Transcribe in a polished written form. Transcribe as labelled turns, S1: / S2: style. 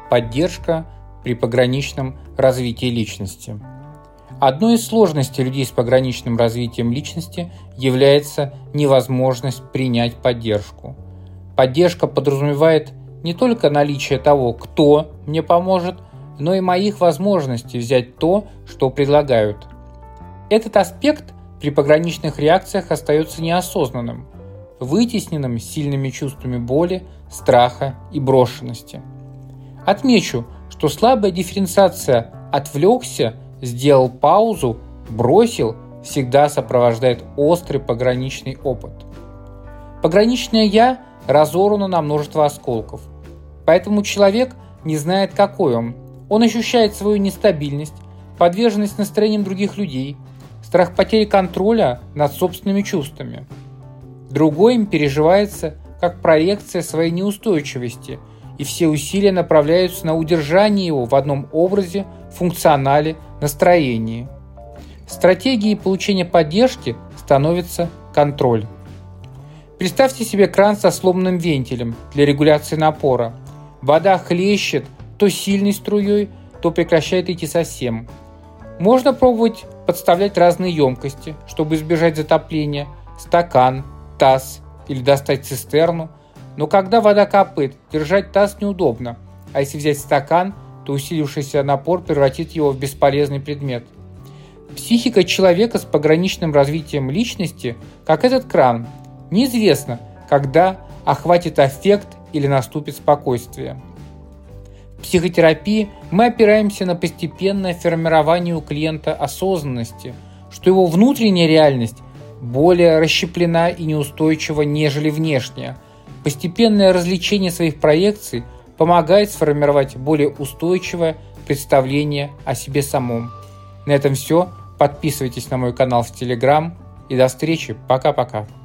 S1: Поддержка при пограничном развитии личности. Одной из сложностей людей с пограничным развитием личности является невозможность принять поддержку. Поддержка подразумевает не только наличие того, кто мне поможет, но и моих возможностей взять то, что предлагают. Этот аспект при пограничных реакциях остается неосознанным, вытесненным сильными чувствами боли, страха и брошенности. Отмечу, что слабая дифференциация «отвлекся», «сделал паузу», «бросил» всегда сопровождает острый пограничный опыт. Пограничное «я» разорвано на множество осколков, поэтому человек не знает, какой он. Он ощущает свою нестабильность, подверженность настроениям других людей, страх потери контроля над собственными чувствами. Другой им переживается как проекция своей неустойчивости, и все усилия направляются на удержание его в одном образе, функционале, настроении. Стратегией получения поддержки становится контроль. Представьте себе кран со сломанным вентилем для регуляции напора. Вода хлещет то сильной струей, то прекращает идти совсем. Можно пробовать подставлять разные емкости, чтобы избежать затопления, стакан, таз или достать цистерну. Но когда вода капает, держать таз неудобно, а если взять стакан, то усилившийся напор превратит его в бесполезный предмет. Психика человека с пограничным развитием личности, как этот кран, неизвестно, когда охватит аффект или наступит спокойствие. В психотерапии мы опираемся на постепенное формирование у клиента осознанности, что его внутренняя реальность более расщеплена и неустойчива, нежели внешняя. Постепенное развлечение своих проекций помогает сформировать более устойчивое представление о себе самом. На этом все. Подписывайтесь на мой канал в Telegram и до встречи. Пока-пока.